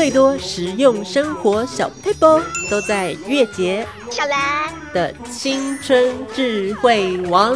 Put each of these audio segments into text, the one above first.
最多实用生活小撇步都在月姐小兰的青春智慧王。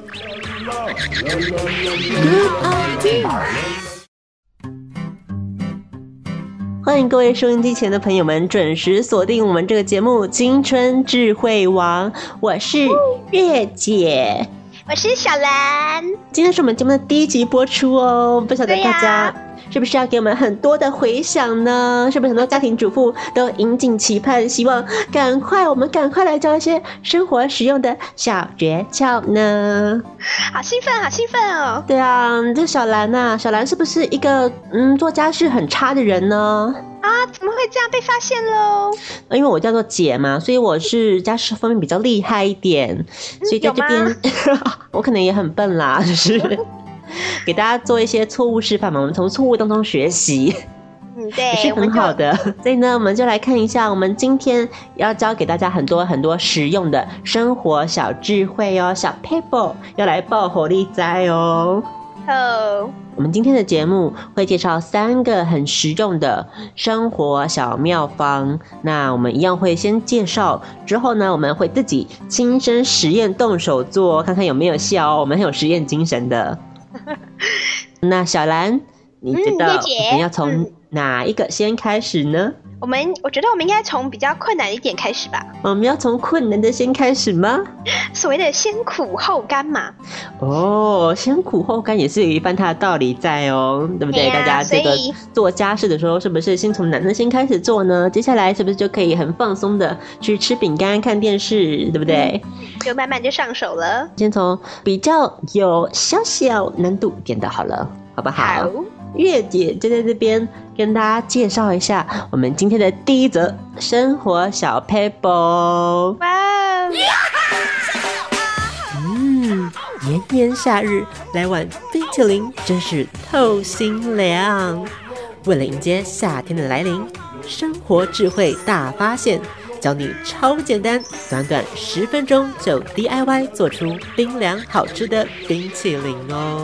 欢迎各位收音机前的朋友们准时锁定我们这个节目《青春智慧王》，我是月姐， 我是小兰。 今天是我们节目的第一集播出哦，不晓得大家是不是要给我们很多的回响呢？是不是很多家庭主妇都引颈期盼，希望我们赶快来教一些生活实用的小诀窍呢？ 好兴奋，好兴奋哦！ 对啊，这小兰啊，小兰是不是一个做家事很差的人呢？ 啊，怎么会这样被发现喽？ 因为我叫做姐嘛，所以我是家事方面比较厉害一点，所以在这边我可能也很笨啦，就是给大家做一些错误示范嘛，我们从错误当中学习， 对， 也是很好的。所以呢，我们就来看一下，我们今天要教给大家很多很多实用的生活小智慧哦，小 paper 要来爆火力哉哦。我们今天的节目会介绍3个很实用的生活小妙方，那我们一样会先介绍，之后呢我们会自己亲身实验动手做，看看有没有效哦，我们很有实验精神的。那小兰，你觉得我们要从哪一个先开始呢？ 我觉得我们应该从比较困难一点开始吧。 我们要从困难的先开始吗？ 所谓的先苦后甘嘛。 哦，先苦后甘也是有一番它的道理在哦，对不对？大家这个做家事的时候，是不是先从难的先开始做呢？接下来是不是就可以很放松的去吃饼干、看电视，对不对？ 就慢慢就上手了。 先从比较有小小难度一点的好了，好不好？好。月姐就在这边跟大家介绍一下我们今天的第一则生活小 paper。 哇，炎炎夏日来碗冰淇淋真是透心凉。为了迎接夏天的来临，生活智慧大发现，教你超简单，短短10分钟就 DIY 做出冰凉好吃的冰淇淋哦。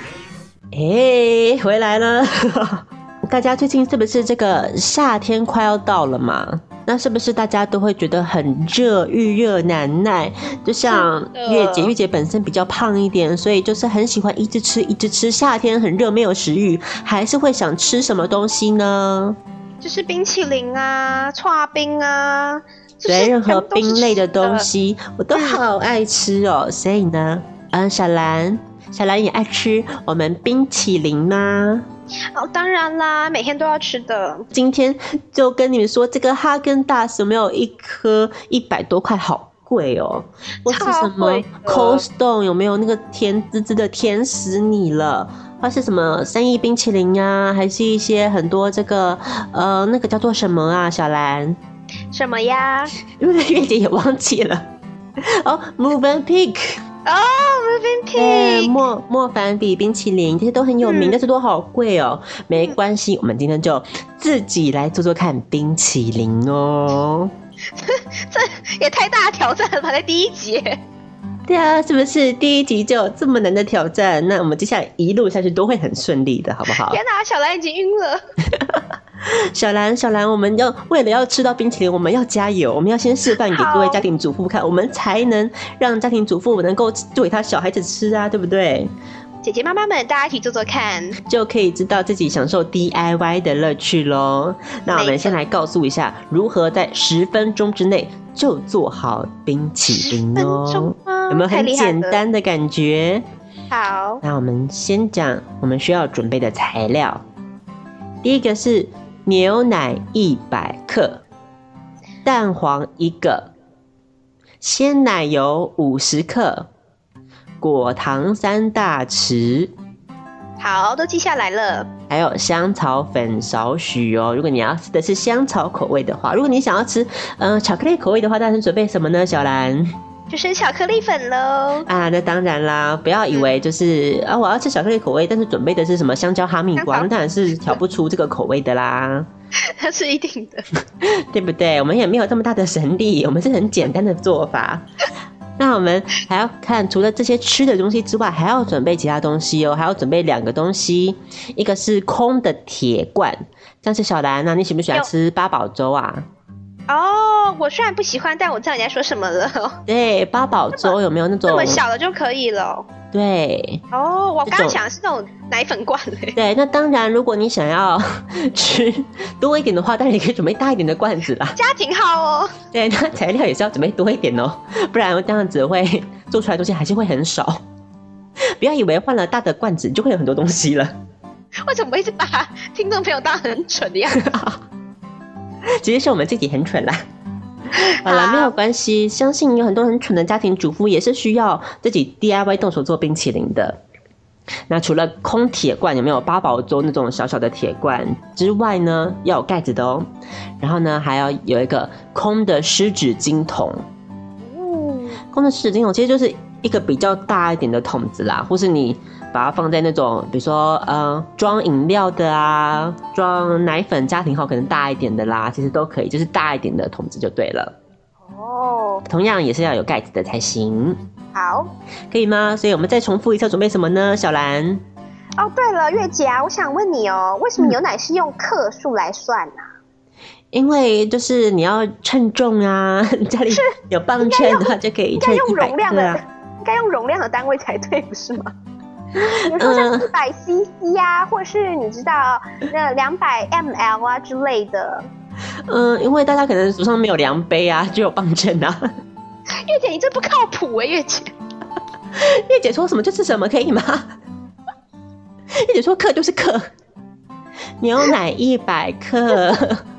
回来了大家最近是不是这个夏天快要到了嘛？那是不是大家都会觉得很热，遇热难耐？就像月姐本身比较胖一点，所以就是很喜欢一直吃。夏天很热，没有食欲，还是会想吃什么东西呢？ 就是冰淇淋啊，剉冰啊， 对，任何冰类的东西我都好爱吃哦。所以呢，小兰也爱吃我们冰淇淋吗？ 哦，当然啦，每天都要吃的。今天就跟你们说，这个哈根达斯有没有一颗100多块，好贵哦。或是什么 Cold Stone 有没有那个甜滋滋的，甜死你了。或是什么3亿冰淇淋啊，还是一些很多这个那个叫做什么啊？小兰什么呀？ 因为月姐也忘记了。Movenpick。 Movenpick， 莫凡比冰淇淋，这些都很有名，但是都好贵哦。没关系，我们今天就自己来做做看冰淇淋哦。 这也太大挑战了吧，在第1集。 对啊，是不是第1集就有这么难的挑战？那我们接下来一路下去都会很顺利的，好不好？ 天哪，小兰已经晕了。 小兰，我们为了要吃到冰淇淋，我们要加油，我们要先示范给各位家庭主妇看，我们才能让家庭主妇能够做给他小孩子吃啊，对不对？ 姐姐妈妈们，大家一起做做看， 就可以知道自己享受 DIY 的乐趣咯。那我们先来告诉一下，如何在10分钟之内就做好冰淇淋哦。有没有很简单的感觉？ 好， 那我们先讲我们需要准备的材料。第一个是牛奶100克，蛋黄1个，鲜奶油50克，果糖3大匙。 好，都记下来了。 还有香草粉少许哦，如果你要吃的是香草口味的话，如果你想要吃巧克力口味的话，大家准备什么呢？小兰就是巧克力粉咯。 啊，那当然啦，不要以为就是我要吃巧克力口味，但是准备的是什么香蕉哈密瓜，那当然是调不出这个口味的啦。 那是一定的， 对不对？我们也没有这么大的神力，我们是很简单的做法。 那我们还要看，除了这些吃的东西之外，还要准备其他东西哦，还要准备2个东西，一个是空的铁罐，像是小兰啊，你喜不喜欢吃八宝粥啊？ 哦，我虽然不喜欢，但我知道你在说什么了。 对，八宝粥有没有那种？ 这么小的就可以了。 对。 哦，我刚刚想的是那种奶粉罐嘞。 对，那当然，如果你想要吃多一点的话，当然也可以准备大一点的罐子啦。 家庭号哦。 对，那材料也是要准备多一点哦，不然这样子会做出来的东西还是会很少。不要以为换了大的罐子就会有很多东西了。 为什么一直把听众朋友当很蠢的样子？ 其实是我们自己很蠢啦。好了，没有关系，相信有很多很蠢的家庭主妇也是需要自己 DIY 动手做冰淇淋的。那除了空铁罐，有没有八宝粥那种小小的铁罐之外呢，要有盖子的哦。然后呢，还要有一个空的湿纸巾桶。空的湿纸巾桶其实就是一个比较大一点的桶子啦，或是你把它放在那种比如说装饮料的啊，装奶粉家庭号可能大一点的啦，其实都可以，就是大一点的桶子就对了。哦，同样也是要有盖子的才行。 好， 可以吗？所以我们再重复一次准备什么呢？小兰。 哦，对了，月姐啊，我想问你哦，为什么牛奶是用克数来算啊？ 因为就是你要称重啊，家里有磅秤的话就可以称100克啊。 应该用容量的单位才对，不是吗？比如说像100 cc 啊，或是你知道那200 ml 啊之类的。 因为大家可能手上没有量杯啊，只有磅秤啊。 月姐，你这不靠谱欸，月姐。 月姐说什么就是什么，可以吗？月姐说克就是克，牛奶100克。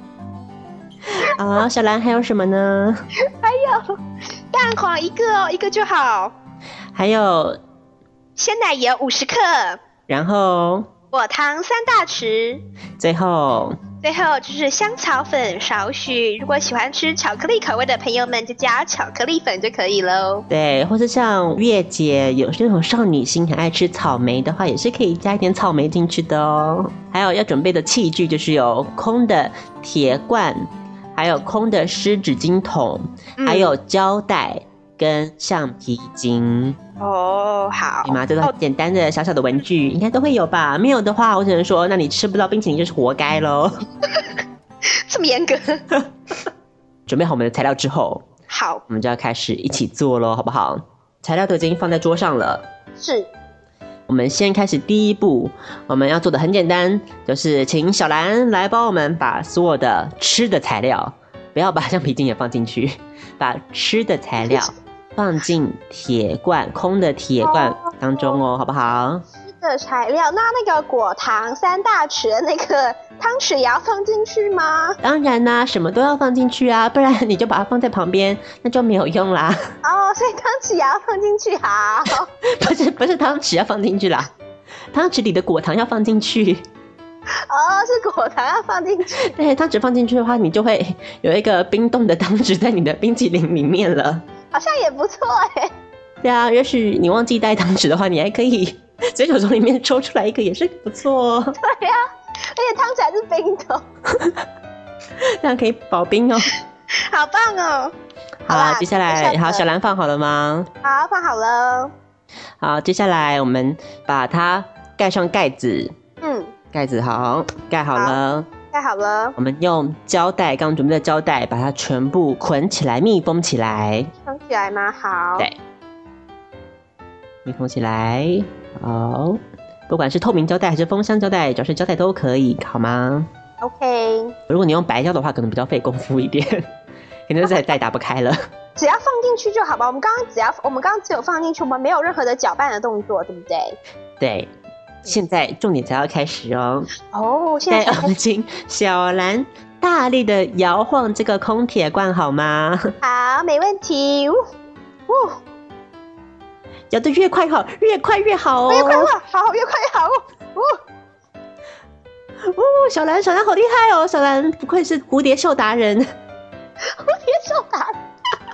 好，小兰还有什么呢？ 还有蛋黄1个哦，1个就好。 还有鲜奶油50克， 然后果糖3大匙， 最后就是香草粉少许。如果喜欢吃巧克力口味的朋友们，就加巧克力粉就可以咯。 对，或是像月姐有那种少女心很爱吃草莓的话，也是可以加一点草莓进去的哦。还有要准备的器具就是有空的铁罐，还有空的湿纸巾桶，还有胶带跟橡皮筋。 哦，好， 对吗？这种简单的小小的文具应该都会有吧？没有的话，我只能说，那你吃不到冰淇淋就是活该咯。 这么严格。 准备好我们的材料之后， 好， 我们就要开始一起做咯，好不好？材料都已经放在桌上了。 是。 我们先开始第一步，我们要做的很简单，就是请小兰来帮我们把所有的吃的材料，不要把橡皮筋也放进去，把吃的材料放进铁罐，空的铁罐当中哦，好不好？ 吃的材料，那个果糖3大匙的那个汤匙也要放进去吗？ 当然啦，什么都要放进去啊，不然你就把它放在旁边，那就没有用啦。 哦，所以汤匙也要放进去，好。 不是汤匙要放进去啦，汤匙里的果糖要放进去。 哦，是果糖要放进去。 对，汤匙放进去的话，你就会有一个冰冻的汤匙在你的冰淇淋里面了。 好像也不错哎。 对啊，要是你忘记带汤匙的话，你还可以随手从里面抽出来一个，也是不错哦。 对啊，而且汤匙还是冰的， 这样可以保冰哦。 好棒哦！ 好啦，接下来好，小兰放好了吗？ 好，放好了。 好，接下来我们把它盖上盖子。盖子好，盖好了。 盖好了。 我们用胶带，刚准备的胶带，把它全部捆起来，密封起来。 封起来吗？好。 对，密封起来。好，不管是透明胶带还是封箱胶带，只要是胶带都可以，好吗 ？OK。 如果你用白胶的话，可能比较费功夫一点，可能再打不开了。 只要放进去就好吧。我们刚刚只有放进去，我们没有任何的搅拌的动作，对不对？ 对。现在重点才要开始哦。 哦，现在我们请小兰大力的摇晃这个空铁罐好吗？ 好，没问题。 摇得越快好，越快越好哦。 越快越好，越快越好哦。小兰好厉害哦！小兰不愧是蝴蝶袖达人。蝴蝶袖达人。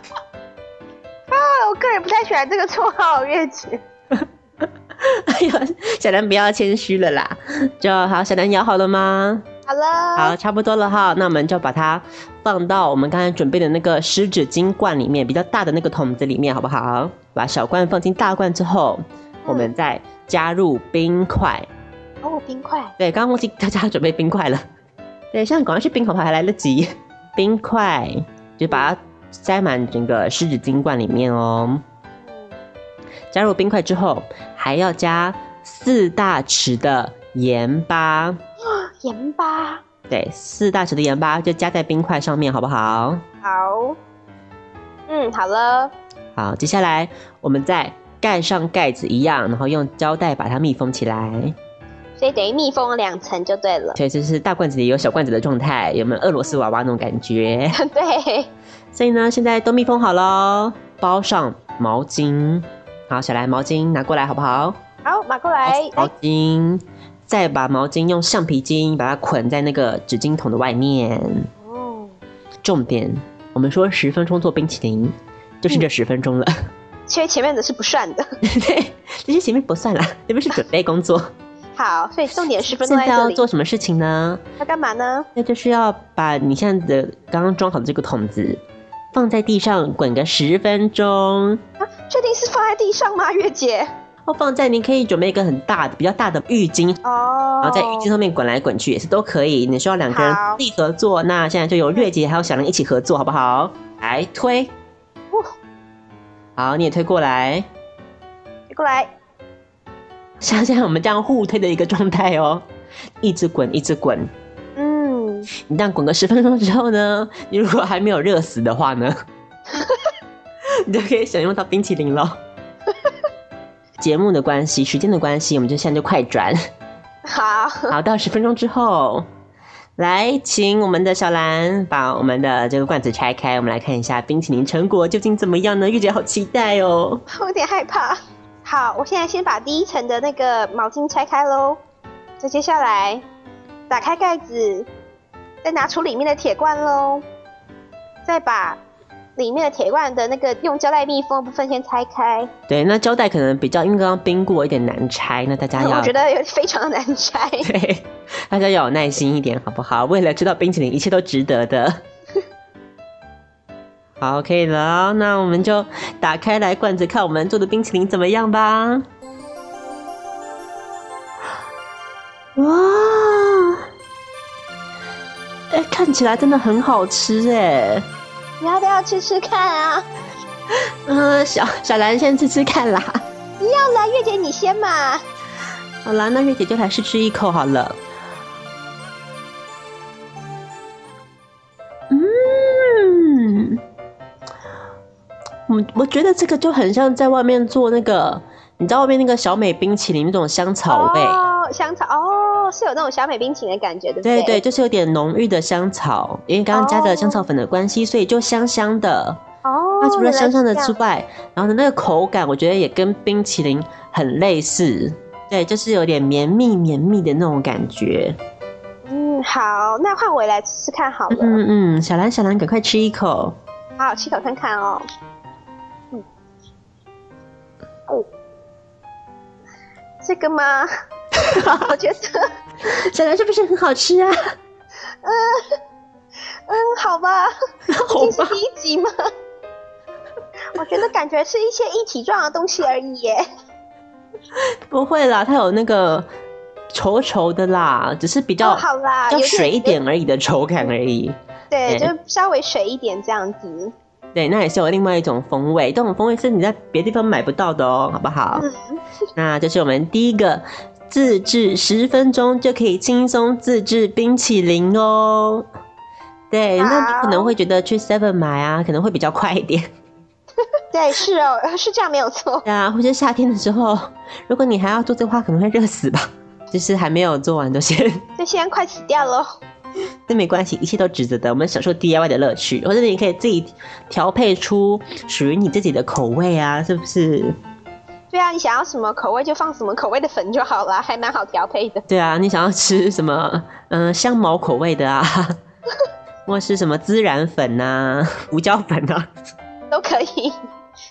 我个人不太喜欢这个绰号，月姐。哎呦，小兰不要谦虚了啦，就好。小兰摇好了吗？ 好了， 好，差不多了哈，那我们就把它放到我们刚才准备的那个湿纸巾罐里面，比较大的那个桶子里面，好不好？把小罐放进大罐之后，我们再加入冰块。 哦，冰块。 对，刚刚忘记大家准备冰块了。对，现在赶快去冰口牌还来得及。冰块就把它塞满整个湿纸巾罐里面哦。加入冰块之后，还要加4大匙的盐巴。 盐巴。 对，4大匙的盐巴就加在冰块上面，好不好？ 好。好了。 好，接下来我们再盖上盖子一样，然后用胶带把它密封起来。 所以等于密封了2层就对了。 对，就是大罐子里有小罐子的状态，有没有俄罗斯娃娃那种感觉？ 对。 所以呢，现在都密封好咯，包上毛巾。好，小兰，毛巾拿过来好不好？ 好，拿过来。 毛巾，再把毛巾用橡皮筋把它捆在那个纸巾筒的外面。重点，我们说10分钟做冰淇淋，就是这10分钟了。 其实前面的是不算的。 对，这些前面不算啦，这边是准备工作。 好，所以重点10分钟在这里。 现在要做什么事情呢？ 要干嘛呢？ 那就是要把你现在的刚刚装好的这个桶子放在地上滚个10分钟。 确定是放在地上吗，月姐？ 放在你可以准备一个很大的、比较大的浴巾然后在浴巾上面滚来滚去也是都可以。你需要2个人力合作，那现在就由月姐还有小兰一起合作，好不好？来推。好，你也推过来。 推过来。 像现在我们这样互推的一个状态哦，一直滚，一直滚。你这样滚个10分钟之后呢，你如果还没有热死的话呢，你就可以享用到冰淇淋咯。节目的关系，时间的关系，我们就现在就快转。好，到10分钟之后，来，请我们的小兰把我们的这个罐子拆开，我们来看一下冰淇淋成果究竟怎么样呢？月姐好期待哦， 我有点害怕。好，我现在先把第1层的那个毛巾拆开咯，再接下来打开盖子，再拿出里面的铁罐咯，再把里面的铁罐的那个用胶带密封的部分先拆开。 对，那胶带可能比较因为刚刚冰过，有点难拆，那大家要我觉得非常难拆。 对，大家要有耐心一点，好不好？为了吃到冰淇淋，一切都值得的。好，可以了，那我们就打开来罐子，看我们做的冰淇淋怎么样吧。哇，看起来真的很好吃哎！ 你要不要吃吃看啊？ 小兰先吃吃看啦。 不要啦，月姐你先嘛。 好啦，那月姐就来试吃一口好了。我觉得这个就很像在外面做那个，你知道外面那个小美冰淇淋那种香草味香草是有那种小美冰淇淋的感觉，对不对？对，就是有点浓郁的香草，因为刚刚加的香草粉的关系，所以就香香的它除了香香的之外，然后那个口感我觉得也跟冰淇淋很类似，对，就是有点绵密的那种感觉。 好，那换我来吃吃看好了。 小兰赶快吃一口。 好，吃口看看哦。这个吗？我觉得小兰是不是很好吃啊？ 好吧，毕竟是第1集嘛。我觉得感觉是一些一体状的东西而已耶。 不会啦，它有那个稠稠的啦，只是比较好啦， 比较水一点而已的口感而已。 对，就稍微水一点这样子。 对，那也是有另外一种风味，这种风味是你在别的地方买不到的哦，好不好？那这是我们第一个自制10分钟就可以轻松自制冰淇淋哦。对，那你可能会觉得去 7 买啊，可能会比较快一点。 对，是哦，是这样没有错。 对啊，或是夏天的时候，如果你还要做这个话，可能会热死吧。就是还没有做完就先快死掉了。 但没关系，一切都值得的。我们享受 DIY 的乐趣，或者你可以自己调配出属于你自己的口味啊，是不是？ 对啊，你想要什么口味就放什么口味的粉就好了，还蛮好调配的。 对啊，你想要吃什么香茅口味的啊，或是什么孜然粉啊、胡椒粉啊， 都可以，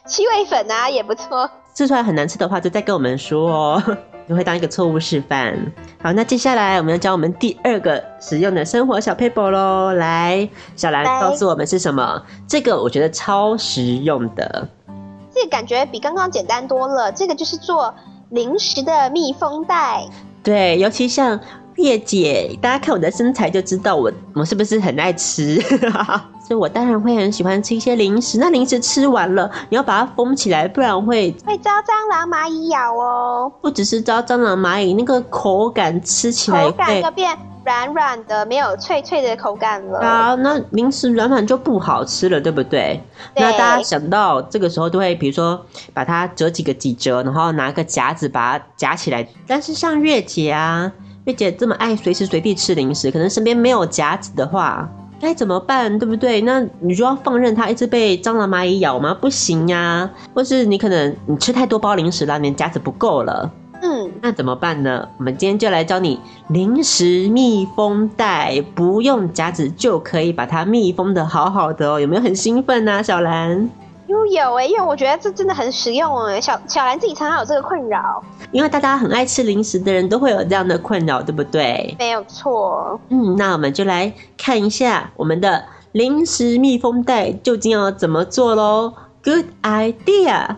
七味粉啊也不错。 吃出来很难吃的话，就再跟我们说哦，就会当一个错误示范。好，那接下来我们要教我们第2个实用的生活小 paper 咯。来，小兰告诉我们是什么？这个我觉得超实用的。 这个感觉比刚刚简单多了。这个就是做零食的密封袋。 对，尤其像月姐，大家看我的身材就知道我是不是很爱吃，所以我当然会很喜欢吃一些零食。那零食吃完了，你要把它封起来，不然会招蟑螂、蚂蚁咬哦。 不只是招蟑螂、蚂蚁，那个口感吃起来口感就变软软的，没有脆脆的口感了。 啊，那零食软软就不好吃了，对不对？那大家想到这个时候都会，比如说把它折几折，然后拿个夹子把它夹起来。但是像月姐啊，月姐这么爱随时随地吃零食，可能身边没有夹子的话，该怎么办？对不对？那你就要放任它一直被蟑螂蚂蚁咬吗？不行呀。或是你可能你吃太多包零食了，你的夹子不够了。那怎么办呢？我们今天就来教你零食密封袋，不用夹子就可以把它密封的好好的哦。有没有很兴奋啊，小兰？ 有因为我觉得这真的很实用哎。小兰自己常常有这个困扰， 因为大家很爱吃零食的人都会有这样的困扰，对不对？ 没有错。 那我们就来看一下我们的零食密封袋究竟要怎么做咯。 Good idea。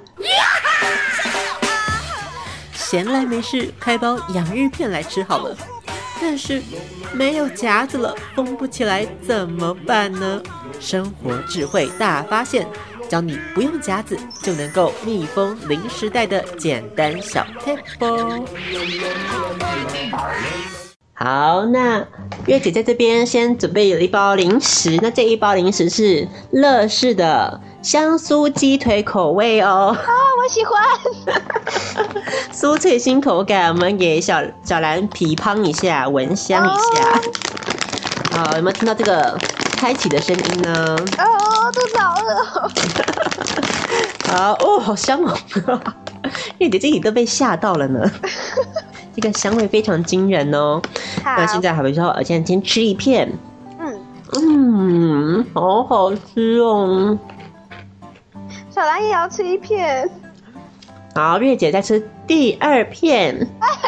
闲来没事开包洋芋片来吃好了，但是没有夹子了，封不起来怎么办呢？生活智慧大发现，教你不用夹子就能够密封零食袋的简单小 tip。 好，那月姐在这边先准备了一包零食，那这一包零食是乐事的香酥鸡腿口味哦。 我喜欢。 酥脆新口感，我们给小兰皮乓一下，闻香一下。好，有没有听到这个开启的声音呢？ 肚子好饿。 好好香哦。月姐自己都被吓到了呢。这个香味非常惊人哦。那现在好比说，我现在先吃一片。好好吃哦。 小兰也要吃一片。 好，月姐再吃第2片。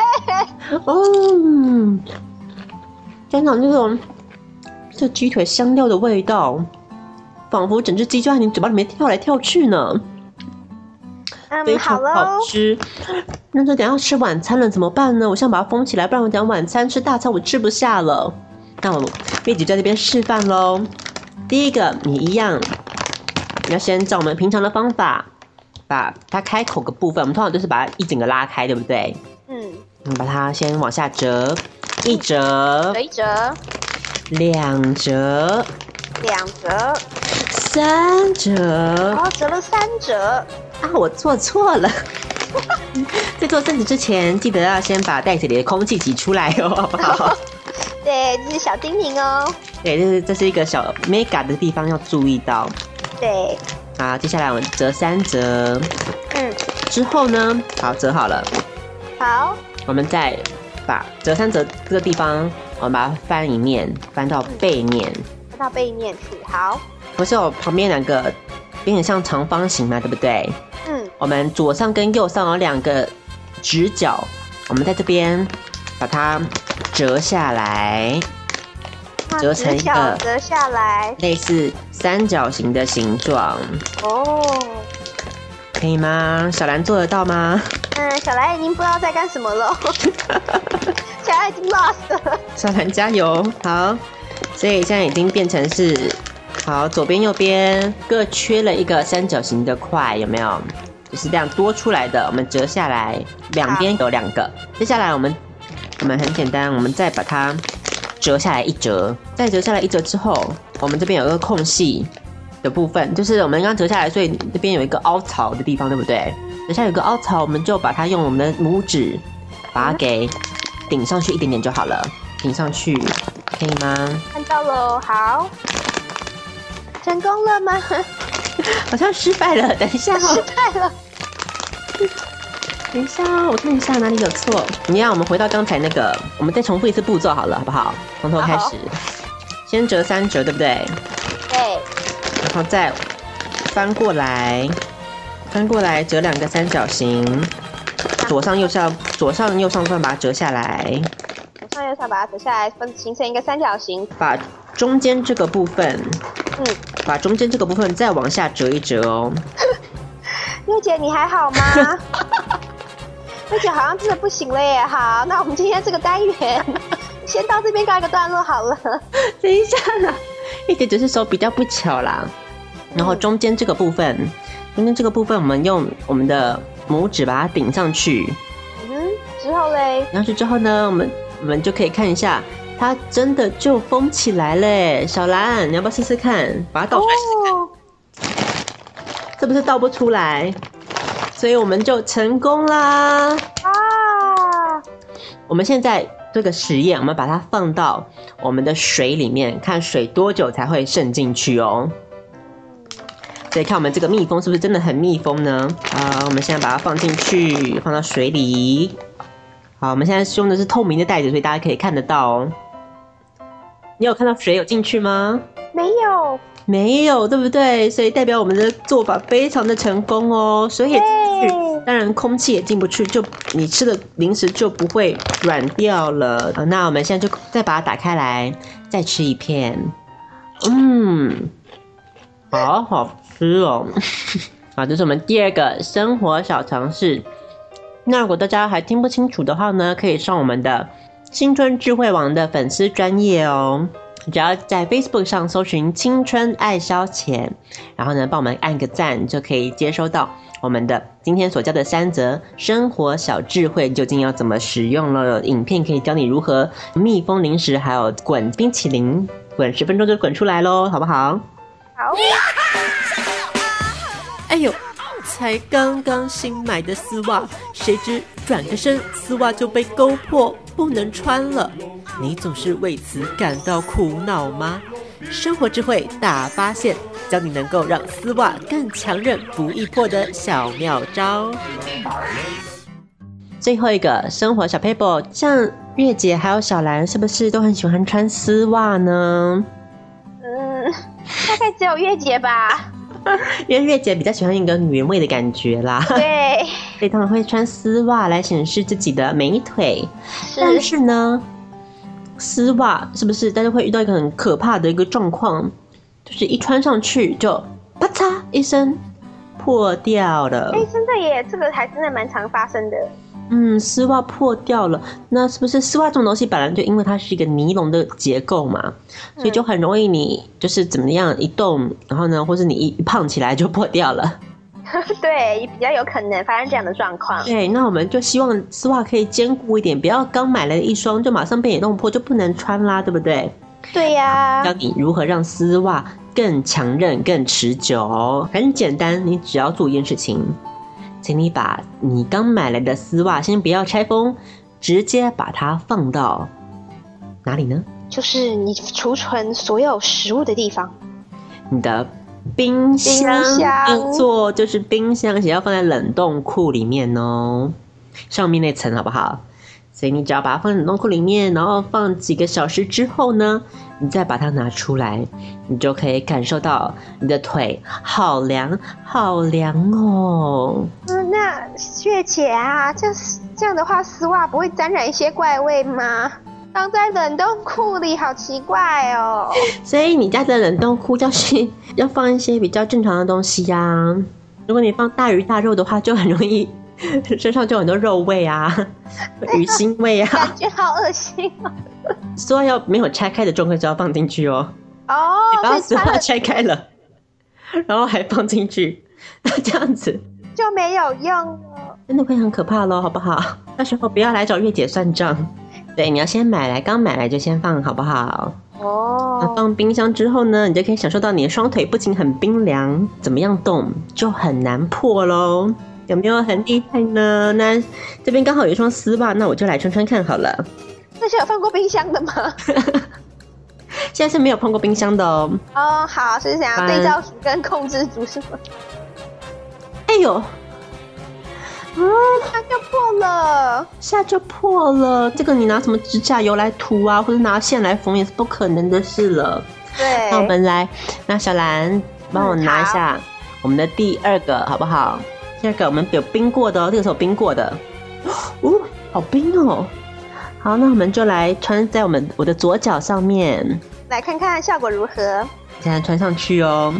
沾上这鸡腿香料的味道，仿佛整只鸡就在你嘴巴里面跳来跳去呢。非常好吃。那就等一下吃晚餐了怎么办呢？我想把它封起来，不然我等一下晚餐吃大餐我吃不下了。那我月姐在这边示范咯。第一个，你一样，你要先照我们平常的方法，把它开口的部分，我们通常都是把它一整个拉开，对不对？你把它先往下折，1折 ，1折 ，2折 ，2折 ，3折， 折了3折。 我做错了。在做3折之前，记得要先把袋子里的空气挤出来哦，好不好？ 对，这是小叮咛哦。 对，这是一个小 mega 的地方要注意到。 对。 好，接下来我们折3折。之后呢，好，折好了。 好。我们再把折3折这个地方，我们把它翻一面，翻到背面。 翻到背面去，好。 不是有旁边2个有点像长方形嘛，对不对？我们左上跟右上有2个直角，我们在这边把它折下来，折成一个折下来类似3角形的形状。可以吗？小兰做得到吗？ 小兰已经不知道在干什么了。小兰已经 lost 了。 小兰加油！好，所以现在已经变成是好，左边右边各缺了一个3角形的块，有没有？就是这样多出来的，我们折下来，两边有2个。接下来我们很简单，我们再把它折下来1折，再折下来1折之后，我们这边有一个空隙的部分，就是我们刚刚折下来，所以这边有一个凹槽的地方，对不对？折下有一个凹槽，我们就把它用我们的拇指把它给顶上去一点点就好了，顶上去，可以吗？ 看到了，好，成功了吗？ 好像失败了，等一下失败了。 等一下我看一下哪里有错。你让我们回到刚才那个，我们再重复一次步骤好了，好不好？从头开始，先折3折，对不对？ 对。 然后再翻过来， 翻过来折2个三角形，左上右上把它折下来， 左上右上把它折下来，形成一个三角形。 把中间这个部分，再往下折一折哦。 月姐你还好吗？月姐好像真的不行了耶。好，那我们今天这个单元先到这边告一个段落好了。 等一下啦，月姐只是手比较不巧啦。然后中间这个部分，我们用我们的拇指把它顶上去。 之后嘞？然后之后呢，我们就可以看一下，它真的就封起来嘞。小兰，你要不要试试看？把它倒出来试试看，是不是倒不出来？所以我们就成功啦！我们现在这个实验，我们把它放到我们的水里面，看水多久才会渗进去哦。所以看我们这个蜜蜂是不是真的很蜜蜂呢？我们现在把它放进去，放到水里。好，我们现在用的是透明的袋子，所以大家可以看得到哦。你有看到水有进去吗？没有，对不对？所以代表我们的做法非常的成功哦。水也进去，当然空气也进不去，就你吃的零食就不会软掉了。那我们现在就再把它打开来，再吃一片。好好吃哦。好，这是我们第2个生活小常识。那如果大家还听不清楚的话呢，可以上我们的青春智慧网的粉丝专页哦。只要在 Facebook 上搜寻青春爱消遣，然后呢帮我们按个赞，就可以接收到我们的今天所教的3则生活小智慧究竟要怎么使用了。影片可以教你如何蜜蜂零食还有滚冰淇淋，滚10分钟就滚出来咯，好不好？ 好。 哎呦，才刚刚新买的丝袜，谁知转个身丝袜就被勾破，不能穿了。你总是为此感到苦恼吗？生活智慧大发现，教你能够让丝袜更强韧不易破的小妙招。 最后一个生活小 paper， 像月姐还有小兰是不是都很喜欢穿丝袜呢？ 大概只有月姐吧。 因为月姐比较喜欢一个女人味的感觉啦， 对， 所以他们会穿丝袜来显示自己的美腿。但是呢，丝袜是不是大家会遇到一个很可怕的一个状况，就是一穿上去就啪嚓一声破掉了。 真的耶，这个还真的蛮常发生的。 丝袜破掉了，那是不是丝袜这种东西本来就因为它是一个尼龙的结构嘛，所以就很容易你就是怎么样一动，然后呢，或是你一胖起来就破掉了。 对，比较有可能发生这样的状况。 对，那我们就希望丝袜可以坚固一点，不要刚买来的一双就马上被你弄破就不能穿啦，对不对？ 对呀。 教你如何让丝袜更强韧、更持久，很简单，你只要做一件事情。请你把你刚买来的丝袜先不要拆封，直接把它放到哪里呢？ 就是你储存所有食物的地方。 你的冰箱，没错，就是冰箱，也要放在冷冻库里面哦，上面那层好不好？所以你只要把它放在冷冻库里面，然后放几个小时之后呢，你再把它拿出来，你就可以感受到你的腿好凉好凉哦。 那月姐啊，这样的话，丝袜不会沾染一些怪味吗？放在冷冻库里，好奇怪哦。 所以你家的冷冻库要放一些比较正常的东西啊。如果你放大鱼大肉的话，就很容易身上就有很多肉味啊，鱼腥味啊， 感觉好恶心哦。 丝袜要没有拆开的状况就要放进去哦。你把丝袜拆开了，然后还放进去，那这样子就没有用了， 真的会很可怕咯，好不好？到时候不要来找月姐算账。对，你要先刚买来就先放，好不好？那放冰箱之后呢，你就可以享受到你的双腿不仅很冰凉，怎么样动就很难破咯。有没有很厉害呢？那这边刚好有一双丝袜，那我就来穿穿看好了。 那是有放过冰箱的吗？ 现在是没有碰过冰箱的哦。 好，是想要对照组跟控制组是吗？ 哎呦，下就破了。这个你拿什么指甲油来涂啊，或者拿线来缝也是不可能的事了。 对， 那我们来，那小兰帮我拿一下我们的第2个好不好？ 第二个我们有冰过的哦，这个是有冰过的。哦，好冰哦。好，那我们就来穿在我的左脚上面， 来看看效果如何。 现在穿上去哦。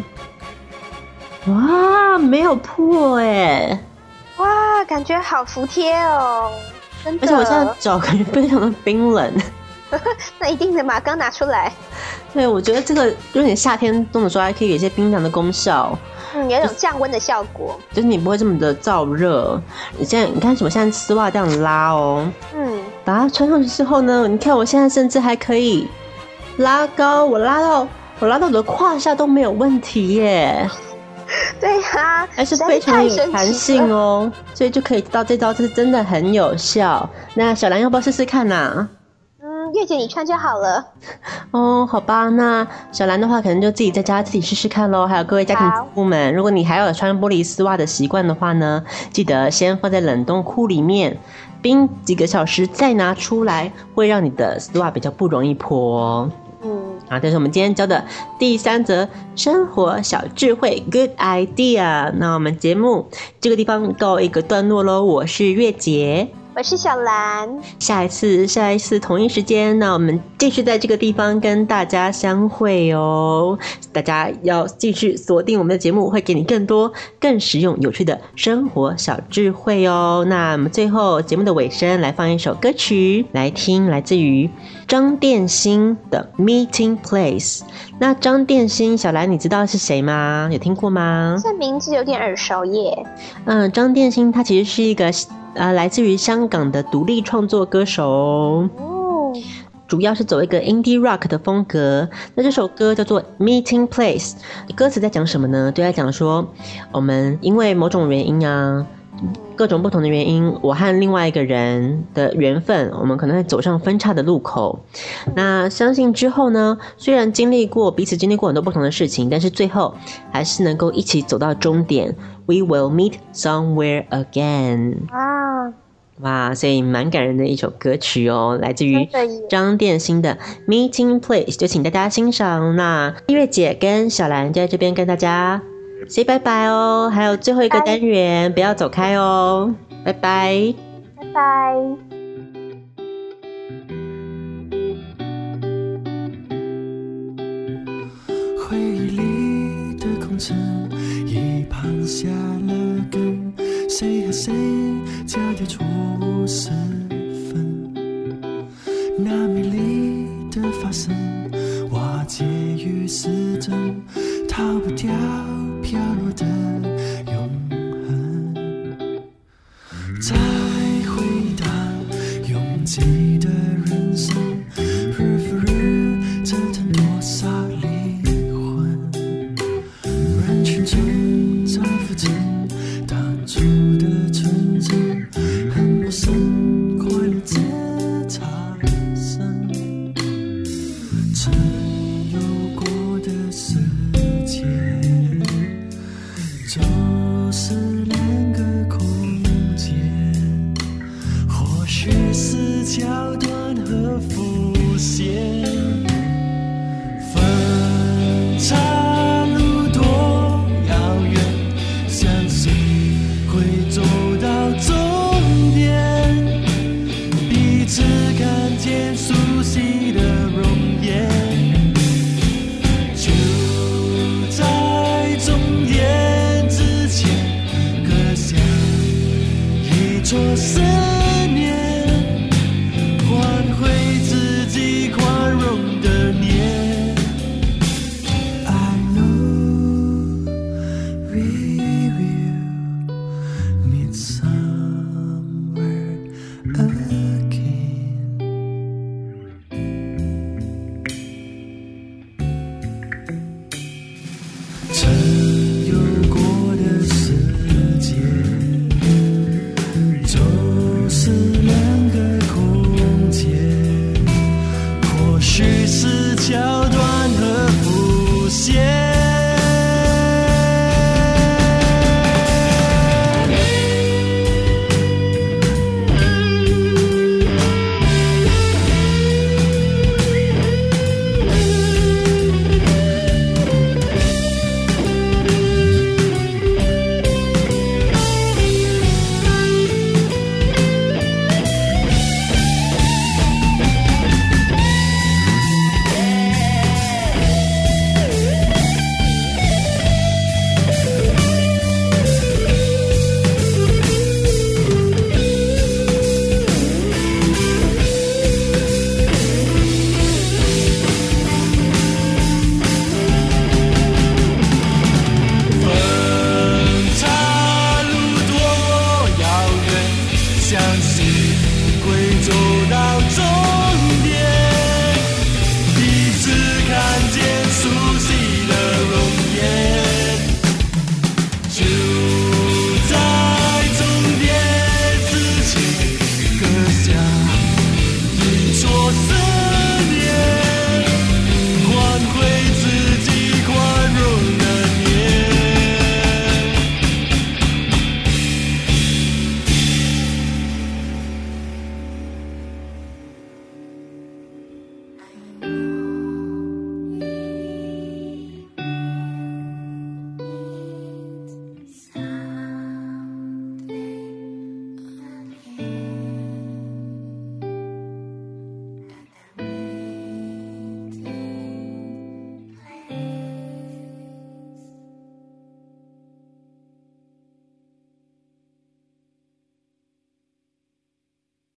哇，没有破哎！ 哇，感觉好服帖哦，真的。 而且我现在脚感觉非常的冰冷。 那一定的嘛，刚拿出来。 对，我觉得这个有点夏天冻的时候还可以有一些冰凉的功效。 有一种降温的效果， 就是你不会这么的燥热。你看什么？现在丝袜这样拉哦，把它穿上去之后呢，你看我现在甚至还可以拉高，我拉到我的胯下都没有问题耶。 对啊， 还是非常有弹性哦，所以就可以知道这招是真的很有效。那小兰要不要试试看啊？ 月姐你穿就好了。 哦，好吧，那小兰的话可能就自己在家自己试试看咯。还有各位家庭主妇们，如果你还有穿玻璃丝袜的习惯的话呢，记得先放在冷冻库里面冰几个小时再拿出来，会让你的丝袜比较不容易破哦。好，这是我们今天教的第3则生活小智慧 Good idea。 那我们节目这个地方告一个段落咯。我是月姐， 我是小兰， 下一次同一时间，那我们继续在这个地方跟大家相会哦。大家要继续锁定我们的节目，会给你更多更实用有趣的生活小智慧哦。那我们最后节目的尾声来放一首歌曲来听，来自于张电兴的 Meeting Place。 那张电兴，小兰你知道是谁吗？有听过吗？ 这名字有点耳熟耶。 张电兴他其实是一个来自于香港的独立创作歌手哦。主要是走一个 indie rock 的风格。那这首歌叫做 Meeting Place， 歌词在讲什么呢？就在讲说我们因为某种原因啊，各种不同的原因，我和另外一个人的缘分，我们可能会走上分岔的路口。那相信之后呢，虽然彼此经历过很多不同的事情，但是最后还是能够一起走到终点。 We will meet somewhere again。 哇，所以蛮感人的一首歌曲哦，来自于张电兴的 Meeting Place， 就请大家欣赏。那月姐跟小兰就在这边跟大家 say 拜拜哦，还有最后一个单元不要走开哦，拜拜拜拜。 回忆里的空城一旁下了根，谁和谁交叠出身份，那美丽的发生瓦解于时针，逃不掉飘落的永恒。再回到拥挤的人生，日复日折腾多少灵魂，人群中在浮沉当初的纯真，很陌生，快乐自产生。曾有过的世界，就是两个空间，或许是桥段和伏线，分岔路多遥远，相信会走到终点，彼此看见熟悉的容颜，就在终点之前，刻下一座神